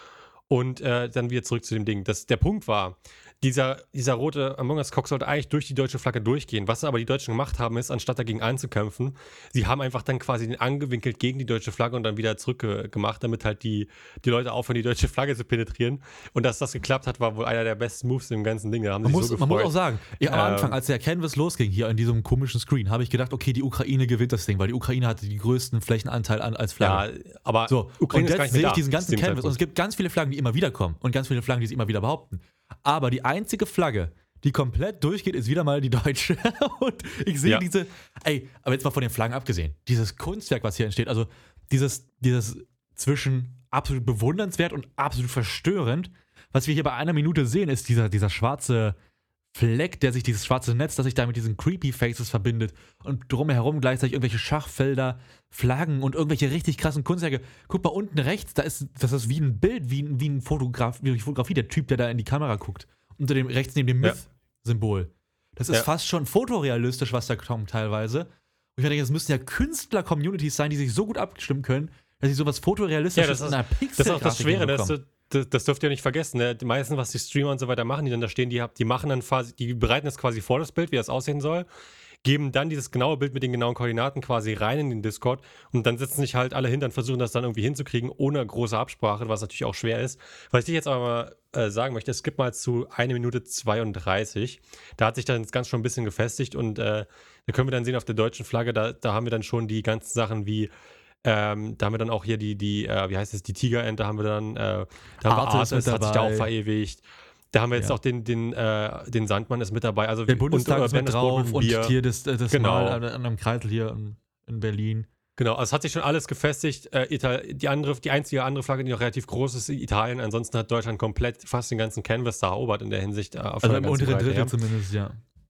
und äh, dann wieder zurück zu dem Ding. Das, der Punkt war, dieser, dieser rote Among Us-Cock sollte eigentlich durch die deutsche Flagge durchgehen. Was aber die Deutschen gemacht haben, ist, anstatt dagegen anzukämpfen, sie haben einfach dann quasi den angewinkelt gegen die deutsche Flagge und dann wieder zurückgemacht, damit halt die, die Leute aufhören, die deutsche Flagge zu penetrieren. Und dass das geklappt hat, war wohl einer der besten Moves im ganzen Ding. Da haben Man sich muss, so man gefreut. muss auch sagen, ja, am Ähm, Anfang, als der Canvas losging, hier in diesem komischen Screen, habe ich gedacht, okay, die Ukraine gewinnt das Ding, weil die Ukraine hatte die größten Flächenanteil an, als Flagge. Ja, aber So, Ukraine und ist gar jetzt nicht sehe mehr ich da diesen zu ganzen dem Canvas und es Zeitpunkt. gibt ganz viele Flaggen, die immer wieder kommen und ganz viele Flaggen, die sie immer wieder behaupten. Aber die einzige Flagge, die komplett durchgeht, ist wieder mal die deutsche. Und ich sehe Ja. diese, ey, aber jetzt mal von den Flaggen abgesehen, dieses Kunstwerk, was hier entsteht, also dieses, dieses zwischen absolut bewundernswert und absolut verstörend, was wir hier bei einer Minute sehen, ist dieser, dieser schwarze Fleck, der sich, dieses schwarze Netz, das sich da mit diesen Creepy Faces verbindet und drumherum gleichzeitig irgendwelche Schachfelder, Flaggen und irgendwelche richtig krassen Kunstwerke. Guck mal unten rechts, da ist, das ist wie ein Bild, wie, ein- wie ein Fotograf, wie eine Fotografie, der Typ, der da in die Kamera guckt. Unter dem, rechts neben dem Ja. Myth-Symbol. Das ist Ja. fast schon fotorealistisch, was da kommt teilweise. Und ich denke, es müssen ja Künstler-Communities sein, die sich so gut abstimmen können, dass sie sowas fotorealistisches Ja, das ist- in einer Pixel Das ist auch das Schwere, ne? das, das, das dürft ihr nicht vergessen. Ne? Die meisten, was die Streamer und so weiter machen, die dann da stehen, die, die machen dann quasi, die bereiten das quasi vor, das Bild, wie das aussehen soll, geben dann dieses genaue Bild mit den genauen Koordinaten quasi rein in den Discord und dann setzen sich halt alle hin und versuchen das dann irgendwie hinzukriegen, ohne große Absprache, was natürlich auch schwer ist. Was ich dir jetzt aber mal äh, sagen möchte, es gibt mal zu eine Minute zweiunddreißig. Da hat sich dann das Ganze schon ein bisschen gefestigt und äh, da können wir dann sehen auf der deutschen Flagge, da, da haben wir dann schon die ganzen Sachen wie Ähm, da haben wir dann auch hier die, die äh, wie heißt es, die Tigerente haben wir dann, äh, da haben wir Arthur ist Arthur, mit hat sich da auch dabei. verewigt. Da haben wir jetzt Ja. auch den, den, äh, den Sandmann ist mit dabei. Also, Der und, Bundestag äh, ist mit Bernd das Brot drauf mit und Bier. hier das, das Genau. Mal an, an einem Kreisel hier in, in Berlin. Genau, also es hat sich schon alles gefestigt. Äh, Ital- die, andere, die einzige andere Flagge, die noch relativ groß ist, ist Italien. Ansonsten hat Deutschland komplett fast den ganzen Canvas da erobert in der Hinsicht. Äh, auf Also der im ganzen unteren Breite Drittel her. zumindest, ja.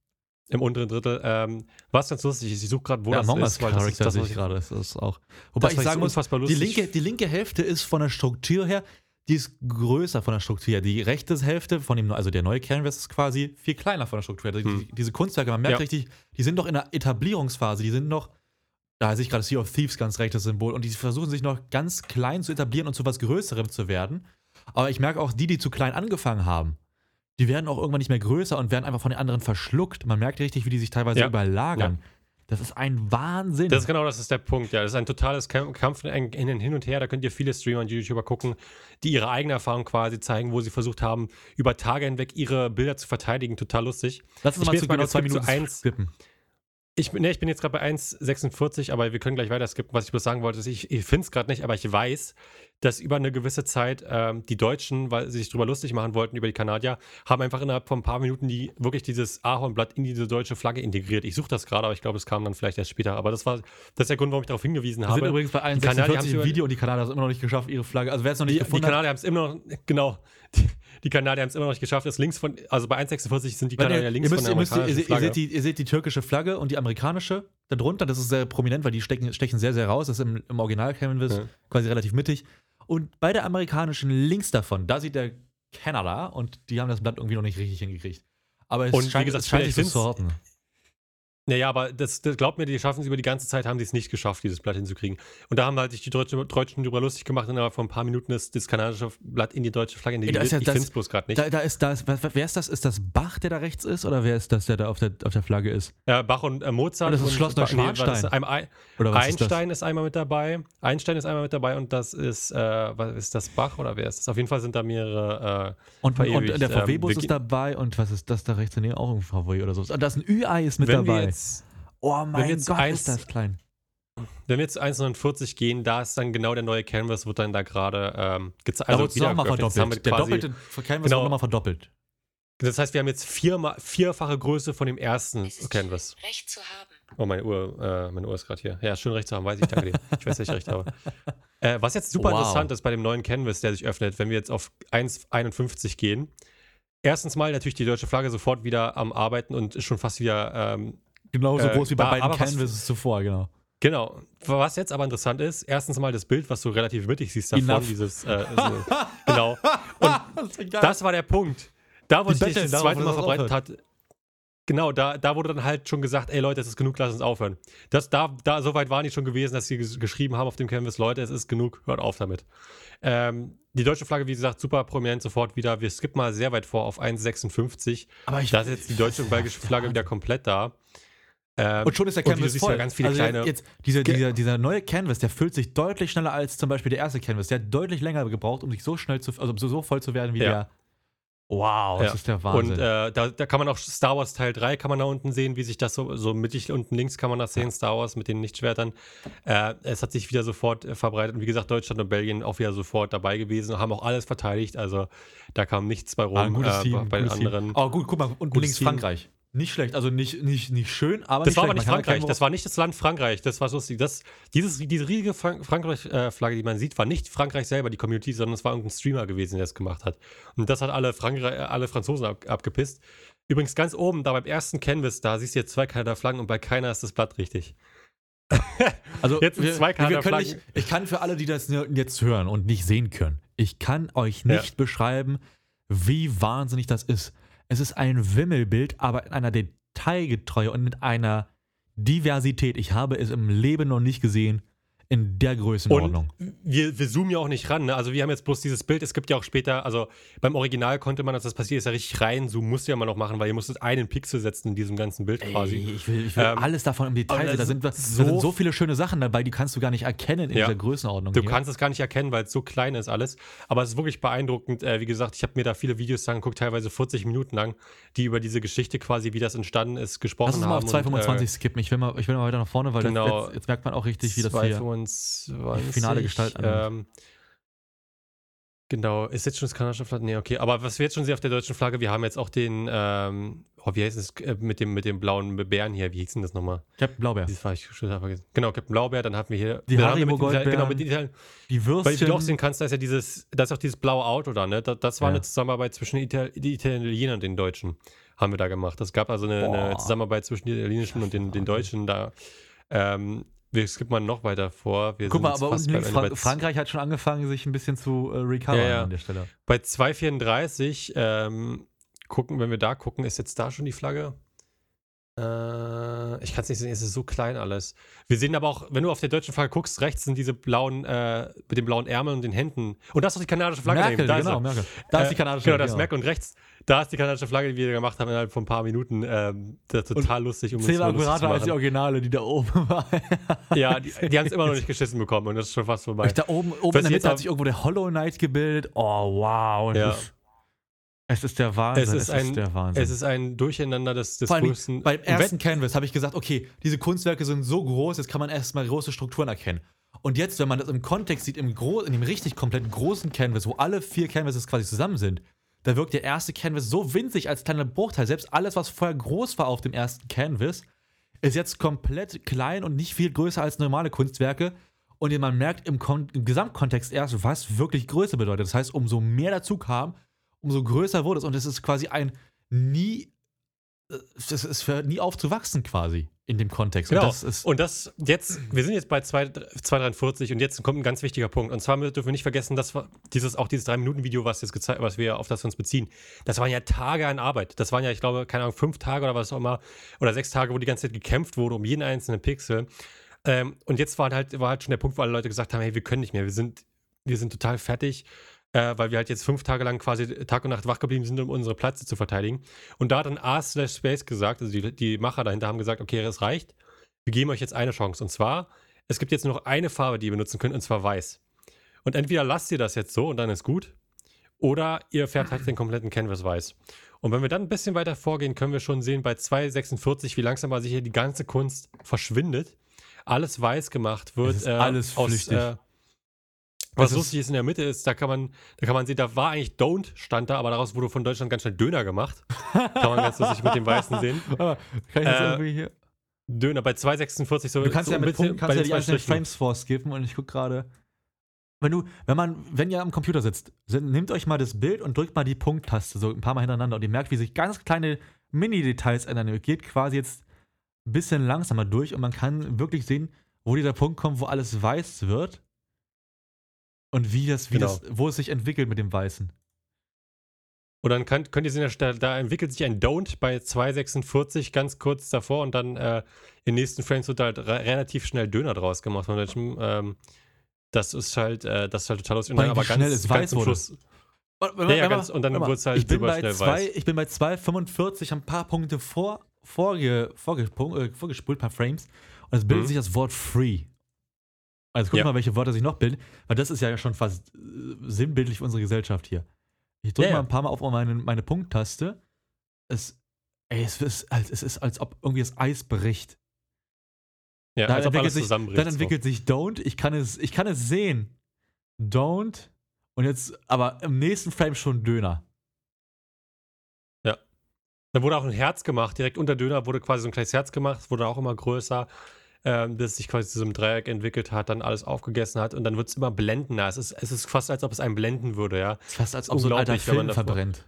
Im unteren Drittel. Ähm, was ganz lustig ist, ich suche gerade, wo Ja, das Among Us ist, weil das ist Charakter das, sehe was ich ich gerade. Das ist auch. Wobei das, ich was sagen so muss, unfassbar die lustig linke, die linke Hälfte ist von der Struktur her, die ist größer von der Struktur her. Die rechte Hälfte von dem, also der neue Canvas ist quasi viel kleiner von der Struktur her. Hm. Die, diese Kunstwerke, man merkt Ja. richtig, die sind noch in der Etablierungsphase, die sind noch, da sehe ich gerade Sea of Thieves ganz rechtes Symbol und die versuchen sich noch ganz klein zu etablieren und zu was Größerem zu werden. Aber ich merke auch, die, die zu klein angefangen haben, die werden auch irgendwann nicht mehr größer und werden einfach von den anderen verschluckt. Man merkt richtig, wie die sich teilweise Ja. überlagern. Das ist ein Wahnsinn. Das ist genau, das ist der Punkt, ja. Das ist ein totales Kämp- Kampf in, in den Hin und Her. Da könnt ihr viele Streamer und YouTuber gucken, die ihre eigene Erfahrung quasi zeigen, wo sie versucht haben, über Tage hinweg ihre Bilder zu verteidigen. Total lustig. Lass uns Ich mal bin zu jetzt mal genau ganz zwei kurz zu Minuten eins. skippen. Ich, bin- nee, ich bin jetzt gerade bei eins Komma sechsundvierzig, aber wir können gleich weiter skippen. Was ich bloß sagen wollte, ist, ich, ich finde es gerade nicht, aber ich weiß, dass über eine gewisse Zeit ähm, die Deutschen, weil sie sich drüber lustig machen wollten über die Kanadier, haben einfach innerhalb von ein paar Minuten die wirklich dieses Ahornblatt in diese deutsche Flagge integriert. Ich suche das gerade, aber ich glaube, es kam dann vielleicht erst später. Aber das war das ist der Grund, warum ich darauf hingewiesen Wir sind habe. übrigens bei Die Kanadier eins Komma sechsundvierzig haben's im über- Video und die Kanadier haben es immer noch nicht geschafft, ihre Flagge. Also wer es noch nicht Die, die gefunden hat, Kanadier haben es immer noch, genau, die, die Kanadier haben es immer noch nicht geschafft. Das links von, also bei eins Komma sechsundvierzig sind die Wenn Kanadier ihr, links ihr, müsst, von ihr, der müsst, ihr, amerikanischen ihr, Flagge. seht die, ihr seht die türkische Flagge und die amerikanische darunter. Das ist sehr prominent, weil die stechen, stechen sehr, sehr raus. Das ist im, im Original-Canvas Ja. quasi relativ mittig. Und bei der amerikanischen links davon, da sieht der Kanada und die haben das Blatt irgendwie noch nicht richtig hingekriegt. Aber es Und wie scheint, gesagt, es scheint ich sich zu find's- sorten. Naja, aber das, das glaubt mir, die schaffen es über die ganze Zeit, haben die es nicht geschafft, dieses Blatt hinzukriegen. Und da haben halt sich die Deutsche, Deutschen darüber lustig gemacht, innerhalb von ein paar Minuten ist das kanadische Blatt in die deutsche Flagge da integriert. ist ja Ich das- finde es bloß gerade nicht. Da, da ist das, was- wer ist das? Ist das Bach, der da rechts ist? Oder wer ist das, der da auf der, auf der Flagge ist? äh, Bach und äh, Mozart. Und das ist und Schloss Ba- nee, Neuschwanstein. das ist einmal Ein- Oder was ist das? Einstein ist, einmal mit dabei. Einstein ist einmal mit dabei und das ist, äh, was ist das Bach oder wer ist das? Auf jeden Fall sind da mehrere. Äh, Und, und verewigt. der V W-Bus Ähm, wir ist dabei und was ist das da rechts daneben? Auch ein V W oder so. Und da ist ein Ü-Ei ist mit wenn dabei. wir jetzt Oh wir mein jetzt Gott, eins- ist das klein. Wenn wir jetzt zu eins Komma neunundvierzig gehen, da ist dann genau der neue Canvas, wird dann da gerade ähm, gezeigt. Da wurde es nochmal geöffnet. Das haben wir verdoppelt. Der quasi- doppelte Canvas genau. wurde nochmal verdoppelt. Das heißt, wir haben jetzt viermal, vierfache Größe von dem ersten Es ist Canvas. schön, Recht zu haben. Oh, meine Uhr, äh, meine Uhr ist gerade hier. Ja, schön recht zu haben, weiß ich, danke dir. Ich weiß, dass ich recht habe. Äh, was jetzt super Wow. interessant ist bei dem neuen Canvas, der sich öffnet, wenn wir jetzt auf eins Komma einundfünfzig gehen. Erstens mal natürlich die deutsche Flagge sofort wieder am Arbeiten und ist schon fast wieder ähm, Genauso Äh, groß wie bei da- beiden aber was- Canvases zuvor, genau. Genau. Was jetzt aber interessant ist, erstens mal das Bild, was du relativ mittig siehst davon, Enough. dieses, äh, so, genau. Und das, ist egal. das war der Punkt. Da, wo Die sich das betteln das darauf, zweite Mal dass das verbreitet hat, Genau, da, da wurde dann halt schon gesagt, ey Leute, es ist genug, lass uns aufhören. Das, da, da, so weit waren die schon gewesen, dass sie ges- geschrieben haben auf dem Canvas, Leute, es ist genug, hört auf damit. Ähm, die deutsche Flagge, wie gesagt, super prominent sofort wieder. Wir skippen mal sehr weit vor auf eins sechsundfünfzig. Aber ich, Da ist jetzt die deutsche und belgische Flagge wieder komplett da. Ähm, Und schon ist der und wie Canvas du siehst, voll. ja ganz viele also kleine. jetzt, dieser, Ge- dieser, dieser neue Canvas, der füllt sich deutlich schneller als zum Beispiel der erste Canvas. Der hat deutlich länger gebraucht, um sich so schnell zu, also so, so voll zu werden wie Ja. der. Wow, das Ja. ist der Wahnsinn. Und äh, da, da kann man auch Star Wars Teil drei kann man da unten sehen, wie sich das so, so mittig unten links kann man das sehen, Star Wars mit den Lichtschwertern. Äh, es hat sich wieder sofort äh, verbreitet und wie gesagt, Deutschland und Belgien auch wieder sofort dabei gewesen, haben auch alles verteidigt, also da kam nichts bei rum. Ah, ein gutes äh, Team, bei den gutes Team. anderen. Oh gut, guck mal, unten Gutes links Team. Frankreich. Nicht schlecht, also nicht, nicht, nicht schön, aber Das nicht war schlecht. aber nicht Man kann Frankreich, erkennen, das war nicht das Land Frankreich, das war lustig. Das, dieses, diese riesige Frank Frankreich-Flagge, die man sieht, war nicht Frankreich selber, die Community, sondern es war irgendein Streamer gewesen, der das gemacht hat. Und das hat alle, Frankreich, äh, alle Franzosen ab, abgepisst. Übrigens ganz oben, da beim ersten Canvas, da siehst du jetzt zwei Kanada-Flaggen und bei keiner ist das Blatt richtig. Also Jetzt sind wir, zwei wir können Kanada-Flaggen. nicht, ich kann für alle, die das jetzt hören und nicht sehen können, ich kann euch Ja. nicht beschreiben, wie wahnsinnig das ist. Es ist ein Wimmelbild, aber in einer Detailgetreue und mit einer Diversität. Ich habe es im Leben noch nicht gesehen in der Größenordnung. Und wir, wir zoomen ja auch nicht ran, ne? Also wir haben jetzt bloß dieses Bild, es gibt ja auch später, also beim Original konnte man, als das passiert ist, ja richtig reinzoomen, musst du ja mal noch machen, weil ihr musstet einen Pixel setzen in diesem ganzen Bild quasi. Ey, ich will, ich will Ähm, alles davon im Detail aber sehen. Da das sind, da ist sind so- so viele schöne Sachen dabei, die kannst du gar nicht erkennen in Ja. dieser Größenordnung. Du hier. kannst es gar nicht erkennen, weil es so klein ist alles. Aber es ist wirklich beeindruckend. Äh, wie gesagt, ich habe mir da viele Videos angeguckt, teilweise vierzig Minuten lang, die über diese Geschichte quasi, wie das entstanden ist, gesprochen Lass uns mal haben. auf zwei und, fünfundzwanzig skippen. Ich will, mal, ich will mal weiter nach vorne, weil das- Genau. jetzt, jetzt merkt man auch richtig, wie das zwei hier fünfundzwanzig, die finale Gestalt annimmt. ähm, Genau, ist jetzt schon das kanadische Flagge? Nee, okay. Aber was wir jetzt schon sehen auf der deutschen Flagge, wir haben jetzt auch den, ähm, oh, wie heißt es, äh, mit dem, mit dem blauen Bären hier, wie hieß denn das nochmal? Captain Blaubeer. Dieses war ich schon vergessen. Genau, Captain Blaubeer, dann haben wir hier. Die dann haben wir mit Haribo den Ital- Genau, Goldbeeren. mit den Italien. Die Weil Würstchen. wie du auch sehen kannst, da ist ja dieses, da ist auch dieses blaue Auto da, ne? Das, das war Ja. eine Zusammenarbeit zwischen Ital die Italienern und den Deutschen. Haben wir da gemacht. Es gab also eine, eine Boah. Zusammenarbeit zwischen den Italienischen und den, den Deutschen da. Ähm, wir skippen mal noch weiter vor. Wir Guck sind mal, jetzt aber fast unten beim links, Ende Fra bei Frankreich hat schon angefangen, sich ein bisschen zu äh, recovern Ja, ja. an der Stelle. Bei zwei vierunddreißig, ähm, gucken, wenn wir da gucken, ist jetzt da schon die Flagge? Äh, ich kann es nicht sehen, es ist so klein alles. Wir sehen aber auch, wenn du auf der deutschen Flagge guckst, rechts sind diese blauen, äh, mit den blauen Ärmeln und den Händen. Und das ist doch die kanadische Flagge. Merkel, daneben. Da ist genau, sie. Merkel. Da ist die Äh, kanadische Genau, Flagge, das ist Merkel und rechts, da ist die kanadische Flagge, die wir gemacht haben innerhalb von ein paar Minuten. Ähm, das ist total lustig, um das Zehnmal mal lustig zu akkurater als die machen. Originale, die da oben war. Ja, die, die haben es immer noch nicht geschissen bekommen und das ist schon fast vorbei. Da oben, oben Was in der jetzt Mitte auch- hat sich irgendwo der Hollow Knight gebildet. Oh, wow. Es, Ja. ist, es ist der Wahnsinn. Es ist ein- der Wahnsinn. Es ist ein Durcheinander des, des Vor allem größten. beim Und ersten Canvas habe ich gesagt, okay, diese Kunstwerke sind so groß, jetzt kann man erstmal große Strukturen erkennen. Und jetzt, wenn man das im Kontext sieht, im Gro in dem richtig komplett großen Canvas, wo alle vier Canvases quasi zusammen sind, da wirkt der erste Canvas so winzig als kleiner Bruchteil. Selbst alles, was vorher groß war auf dem ersten Canvas, ist jetzt komplett klein und nicht viel größer als normale Kunstwerke. Und man merkt im, Kon im Gesamtkontext erst, was wirklich Größe bedeutet. Das heißt, umso mehr dazu kam, umso größer wurde es. Und es ist quasi ein nie, das ist für nie aufzuwachsen quasi in dem Kontext. Genau. Und das ist, Und das jetzt, wir sind jetzt bei zwei dreiundvierzig und jetzt kommt ein ganz wichtiger Punkt. Und zwar dürfen wir nicht vergessen, dass wir dieses, auch dieses drei Minuten Video, was jetzt gezeigt, was wir auf das wir uns beziehen, das waren ja Tage an Arbeit. Das waren ja, ich glaube, keine Ahnung, fünf Tage oder was auch immer, oder sechs Tage, wo die ganze Zeit gekämpft wurde um jeden einzelnen Pixel. Ähm, und jetzt war halt, war halt schon der Punkt, wo alle Leute gesagt haben, hey, wir können nicht mehr, wir sind, wir sind total fertig. Äh, weil wir halt jetzt fünf Tage lang quasi Tag und Nacht wach geblieben sind, um unsere Plätze zu verteidigen. Und da hat dann A slash Space gesagt, also die, die Macher dahinter haben gesagt, okay, es reicht, wir geben euch jetzt eine Chance. Und zwar, es gibt jetzt nur noch eine Farbe, die ihr benutzen könnt, und zwar weiß. Und entweder lasst ihr das jetzt so und dann ist gut, oder ihr verteidigt den kompletten Canvas weiß. Und wenn wir dann ein bisschen weiter vorgehen, können wir schon sehen, bei zwei sechsundvierzig, wie langsam mal sich hier die ganze Kunst verschwindet, alles weiß gemacht wird. Es ist alles flüchtig. Äh, was Es ist- lustig ist in der Mitte ist, da kann man, da kann man sehen, da war eigentlich Don't stand da, aber daraus wurde von Deutschland ganz schnell Döner gemacht. Kann man ganz lustig mit dem Weißen sehen. aber kann ich jetzt Äh, irgendwie hier. Döner bei zwei sechsundvierzig so. Du kannst so ja ein mit bisschen Punkten bei kannst ja den die zwei einzelnen Strichen. Frames vorskippen und ich gucke gerade. Wenn du, wenn man, wenn ihr am Computer sitzt, sind, nehmt euch mal das Bild und drückt mal die Punkttaste so ein paar Mal hintereinander und ihr merkt, wie sich ganz kleine Mini-Details ändern. Ihr geht quasi jetzt ein bisschen langsamer durch und man kann wirklich sehen, wo dieser Punkt kommt, wo alles weiß wird und wie das, wie Genau. das, wo es sich entwickelt mit dem Weißen. Und dann kann, könnt ihr sehen, da, da entwickelt sich ein Don't bei zwei sechsundvierzig ganz kurz davor und dann äh, in den nächsten Frames wird halt re- relativ schnell Döner draus gemacht. Von welchem, ähm, das ist halt, äh, das ist halt total lustig. Und dann aber ganz, es ganz zum Schluss. Ja, ja, ganz, und dann wurde es halt ich bin super bei schnell zwei, weiß. Ich bin bei zwei fünfundvierzig, ein paar Punkte vor, vorge, vorge, äh, vorgespult, ein paar Frames. Und es bildet Mhm. sich das Wort free. Also guck Ja. mal, welche Wörter sich noch bilden, weil das ist ja schon fast äh, sinnbildlich für unsere Gesellschaft hier. Ich drücke Ja, mal ja. ein paar Mal auf meine, meine Punkttaste. Es, ey, es, ist, als, es ist, als ob irgendwie das Eis bricht. Ja, Dann als ob entwickelt alles sich, zusammenbricht. dann entwickelt sich Don't. Ich kann es, ich kann es sehen. Don't. Und jetzt, aber im nächsten Frame schon Döner. so. Da wurde auch ein Herz gemacht. Direkt unter Döner wurde quasi so ein kleines Herz gemacht. Wurde auch immer größer. Ähm, bis es sich quasi zu so einem Dreieck entwickelt hat, dann alles aufgegessen hat. Und dann wird es immer blendender. Es ist, es ist fast, als ob es einen blenden würde, ja. Es ist fast, als ob so ein alter Unglaublich, wenn man Film davor- verbrennt.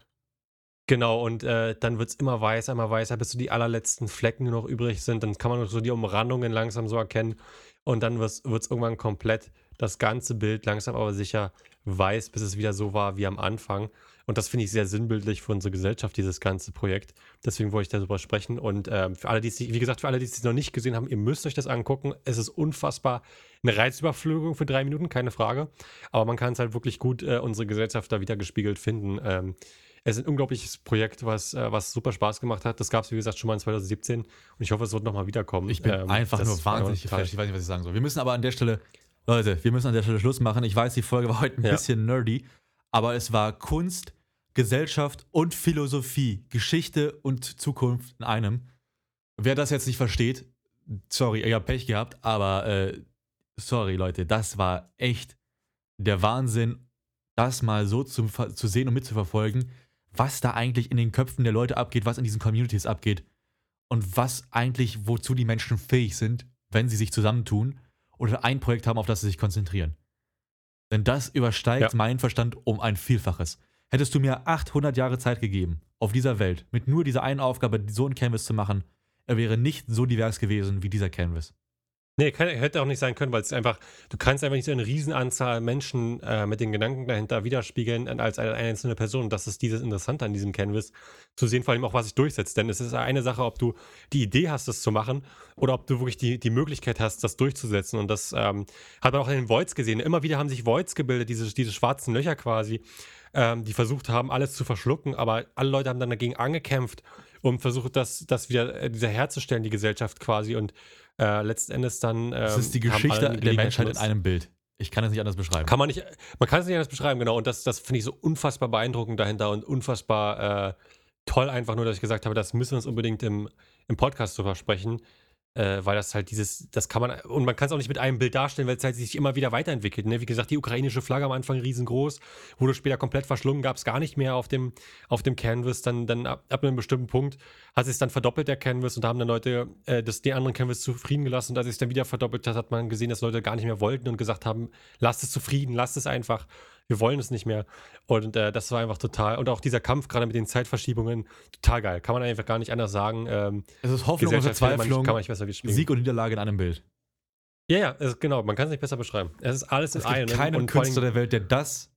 Genau, und äh, dann wird es immer weißer, immer weißer, bis so die allerletzten Flecken nur noch übrig sind. Dann kann man noch so die Umrandungen langsam so erkennen. Und dann wird es irgendwann komplett das ganze Bild langsam aber sicher weiß, bis es wieder so war wie am Anfang. Und das finde ich sehr sinnbildlich für unsere Gesellschaft, dieses ganze Projekt. Deswegen wollte ich darüber sprechen. Und ähm, für alle, die es, wie gesagt, für alle, die es noch nicht gesehen haben, ihr müsst euch das angucken. Es ist unfassbar eine Reizüberflugung für drei Minuten, keine Frage. Aber man kann es halt wirklich gut äh, unsere Gesellschaft da wieder gespiegelt finden. Ähm, Es ist ein unglaubliches Projekt, was, äh, was super Spaß gemacht hat. Das gab es, wie gesagt, schon mal in zwanzig siebzehn. Und ich hoffe, es wird nochmal wiederkommen. Ich bin Ähm, einfach das nur war wahnsinnig total- geflasht. Ich weiß nicht, was ich sagen soll. Wir müssen aber an der Stelle, Leute, wir müssen an der Stelle Schluss machen. Ich weiß, die Folge war heute ein Ja. bisschen nerdy, aber es war Kunst, Gesellschaft und Philosophie, Geschichte und Zukunft in einem. Wer das jetzt nicht versteht, sorry, ihr habt Pech gehabt, aber äh, sorry, Leute, das war echt der Wahnsinn, das mal so zu, zu sehen und mitzuverfolgen, was da eigentlich in den Köpfen der Leute abgeht, was in diesen Communities abgeht und was eigentlich, wozu die Menschen fähig sind, wenn sie sich zusammentun oder ein Projekt haben, auf das sie sich konzentrieren. Denn das übersteigt Ja. meinen Verstand um ein Vielfaches. Hättest du mir achthundert Jahre Zeit gegeben, auf dieser Welt, mit nur dieser einen Aufgabe, so ein Canvas zu machen, er wäre nicht so divers gewesen wie dieser Canvas. Nee, kann, hätte auch nicht sein können, weil es einfach, du kannst einfach nicht so eine Riesenanzahl Menschen äh, mit den Gedanken dahinter widerspiegeln als eine einzelne Person. Das ist dieses Interessante an diesem Canvas, zu sehen vor allem auch, was sich durchsetzt. Denn es ist eine Sache, ob du die Idee hast, das zu machen oder ob du wirklich die, die Möglichkeit hast, das durchzusetzen. Und das ähm, hat man auch in den Voids gesehen. Immer wieder haben sich Voids gebildet, diese, diese schwarzen Löcher quasi, ähm, die versucht haben, alles zu verschlucken, aber alle Leute haben dann dagegen angekämpft und versucht, das, das wieder äh, wieder herzustellen, die Gesellschaft quasi. Und äh, letzten Endes dann. Ähm, Das ist die haben alle Geschichte die der Gelegenheit Menschheit in genutzt. einem Bild. Ich kann es nicht anders beschreiben. Kann man nicht, man kann es nicht anders beschreiben, genau. Und das, das finde ich so unfassbar beeindruckend dahinter und unfassbar äh, toll einfach nur, dass ich gesagt habe, das müssen wir uns unbedingt im, im Podcast drüber sprechen, äh, weil das halt dieses, das kann man, und man kann es auch nicht mit einem Bild darstellen, weil es halt sich immer wieder weiterentwickelt. Ne? Wie gesagt, die ukrainische Flagge am Anfang riesengroß, wurde später komplett verschlungen, gab es gar nicht mehr auf dem, auf dem Canvas. Dann, dann ab, ab einem bestimmten Punkt hat sich dann verdoppelt, der Canvas, und da haben dann Leute äh, das, den anderen Canvas zufrieden gelassen. Und als es sich dann wieder verdoppelt hat, hat man gesehen, dass Leute gar nicht mehr wollten und gesagt haben, lasst es zufrieden, lasst es einfach. Wir wollen es nicht mehr. Und äh, das war einfach total, und auch dieser Kampf gerade mit den Zeitverschiebungen, total geil. Kann man einfach gar nicht anders sagen. Ähm, Es ist Hoffnung und Gesellschaft hätte man nicht- Verzweiflung, kann man nicht besser beschreiben. Sieg und Niederlage in einem Bild. Ja, ja, es, genau, man kann es nicht besser beschreiben. Es ist alles in Es gibt einem. keinen und vor allem- Künstler der Welt, der das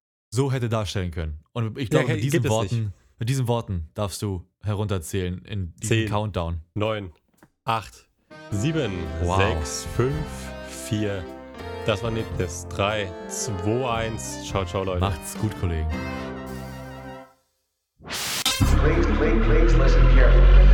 so hätte darstellen können. Und ich Ja, glaube, mit, gibt diesen es Worten, mit diesen Worten darfst du herunterzählen in diesem Zehn. Countdown. neun, acht, sieben, Wow. sechs, fünf, vier. Das war Nitness. drei, zwei, eins. Ciao, ciao, Leute. Macht's gut, Kollegen. Please, please, please listen carefully.